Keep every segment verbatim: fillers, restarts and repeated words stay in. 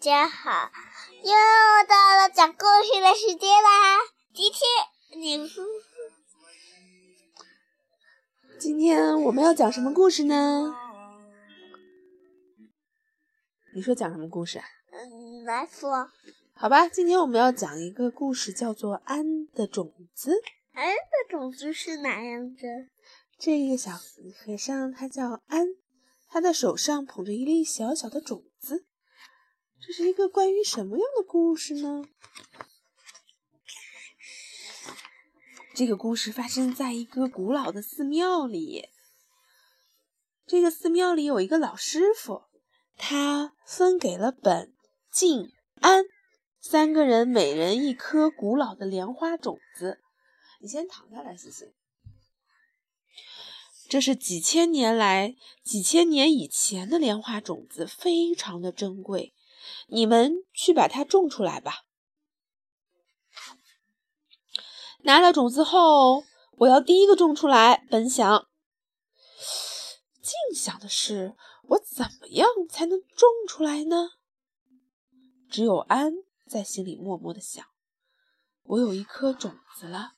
家好，又到了讲故事的时间啦！今天你今天我们要讲什么故事呢？你说讲什么故事啊？ 嗯，来说。 好吧，今天我们要讲一个故事，叫做安的种子。 安的种子是哪样子？ 这个小和尚他叫安，他的手上捧着一粒小小的种子。这是一个关于什么样的故事呢？这个故事发生在一个古老的寺庙里。这个寺庙里有一个老师傅，他分给了本、静、安三个人每人一颗古老的莲花种子。你先躺下来，谢谢。这是几千年来、几千年以前的莲花种子，非常的珍贵。你们去把它种出来吧。拿了种子后，我要第一个种出来。本想，静想的是，我怎么样才能种出来呢？只有安在心里默默地想，我有一颗种子了。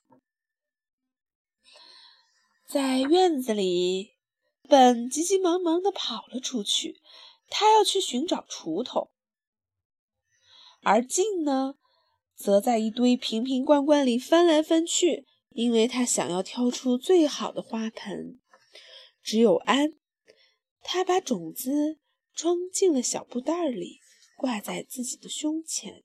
在院子里，本急急忙忙地跑了出去，他要去寻找锄头。而静呢，则在一堆瓶瓶罐罐里翻来翻去，因为他想要挑出最好的花盆。只有安，他把种子装进了小布袋里，挂在自己的胸前。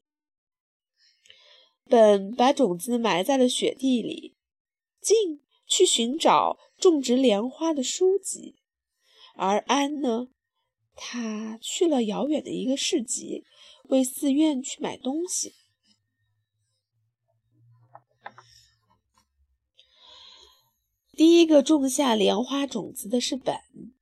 本把种子埋在了雪地里，静去寻找种植莲花的书籍，而安呢，他去了遥远的一个市集，为寺院去买东西。第一个种下莲花种子的是本，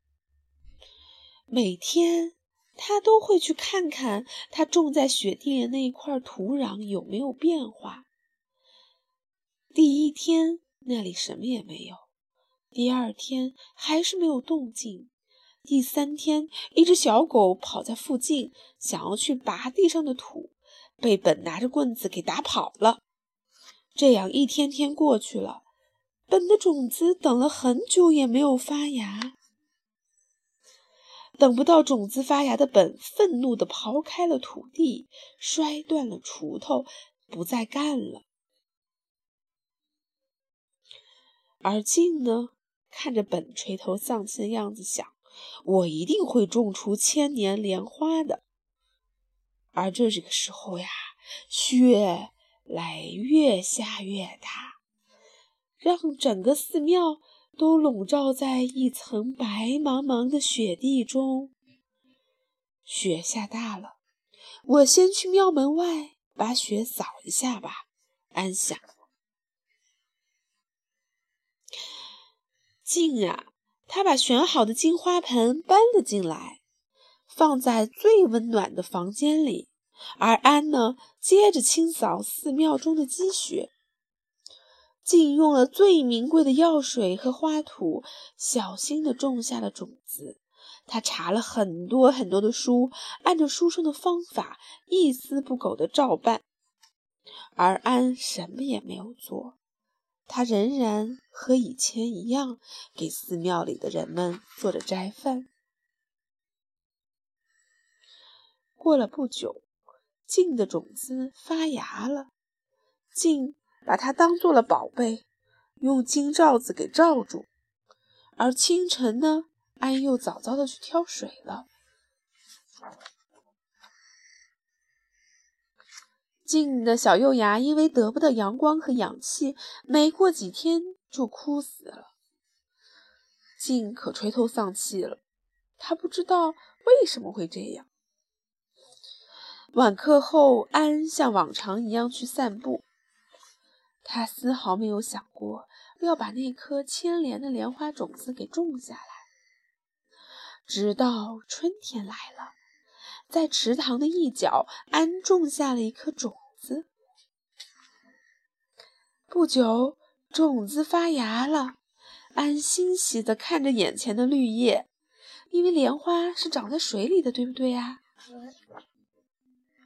每天他都会去看看他种在雪地的那一块土壤有没有变化。第一天那里什么也没有，第二天还是没有动静，第三天一只小狗跑在附近，想要去拔地上的土，被本拿着棍子给打跑了。这样一天天过去了，本的种子等了很久也没有发芽。等不到种子发芽的本愤怒地刨开了土地，摔断了锄头，不再干了。而静呢，看着本垂头丧气的样子，想，我一定会种出千年莲花的。而这个时候呀，雪来越下越大，让整个寺庙都笼罩在一层白茫茫的雪地中。雪下大了，我先去庙门外把雪扫一下吧，安想。静啊，他把选好的金花盆搬了进来，放在最温暖的房间里，而安呢，接着清扫寺庙中的积雪。静用了最名贵的药水和花土，小心地种下了种子。他查了很多很多的书，按照书上的方法一丝不苟地照办。而安什么也没有做，他仍然和以前一样，给寺庙里的人们做着斋饭。过了不久，静的种子发芽了，静把它当做了宝贝，用金罩子给罩住。而清晨呢，安又早早的去挑水了。静的小幼芽因为得不到阳光和氧气，没过几天就枯死了。静可垂头丧气了，他不知道为什么会这样。晚课后，安像往常一样去散步，他丝毫没有想过要把那颗千年的莲花种子给种下来。直到春天来了，在池塘的一角，安种下了一颗种子。不久，种子发芽了，安欣喜地看着眼前的绿叶，因为莲花是长在水里的，对不对呀？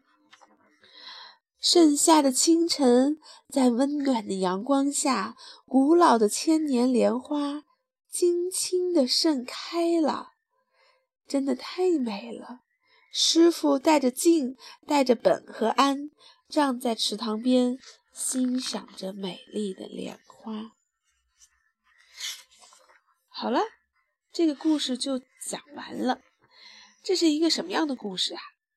盛夏的清晨，在温暖的阳光下，古老的千年莲花轻轻地盛开了，真的太美了。师傅带着静，带着本和安，站在池塘边，欣赏着美丽的莲花。好了，这个故事就讲完了。这是一个什么样的故事啊？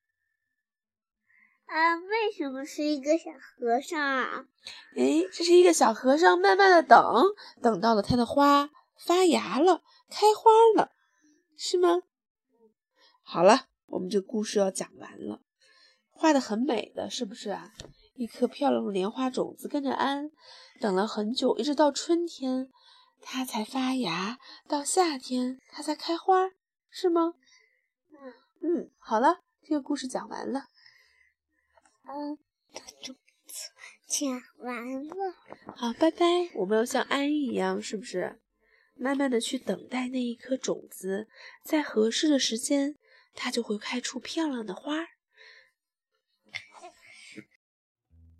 啊，为什么是一个小和尚啊？ 诶，这是一个小和尚慢慢的等，等到了他的花发芽了，开花了，是吗？好了，我们这故事要讲完了。画得很美的，是不是啊？一颗漂亮的莲花种子跟着安，等了很久，一直到春天，它才发芽，到夏天它才开花，是吗？嗯，好了，这个故事讲完了。 嗯，种子讲完了。 好，拜拜。我们要像安一样，是不是？慢慢的去等待那一颗种子，在合适的时间，它就会开出漂亮的花。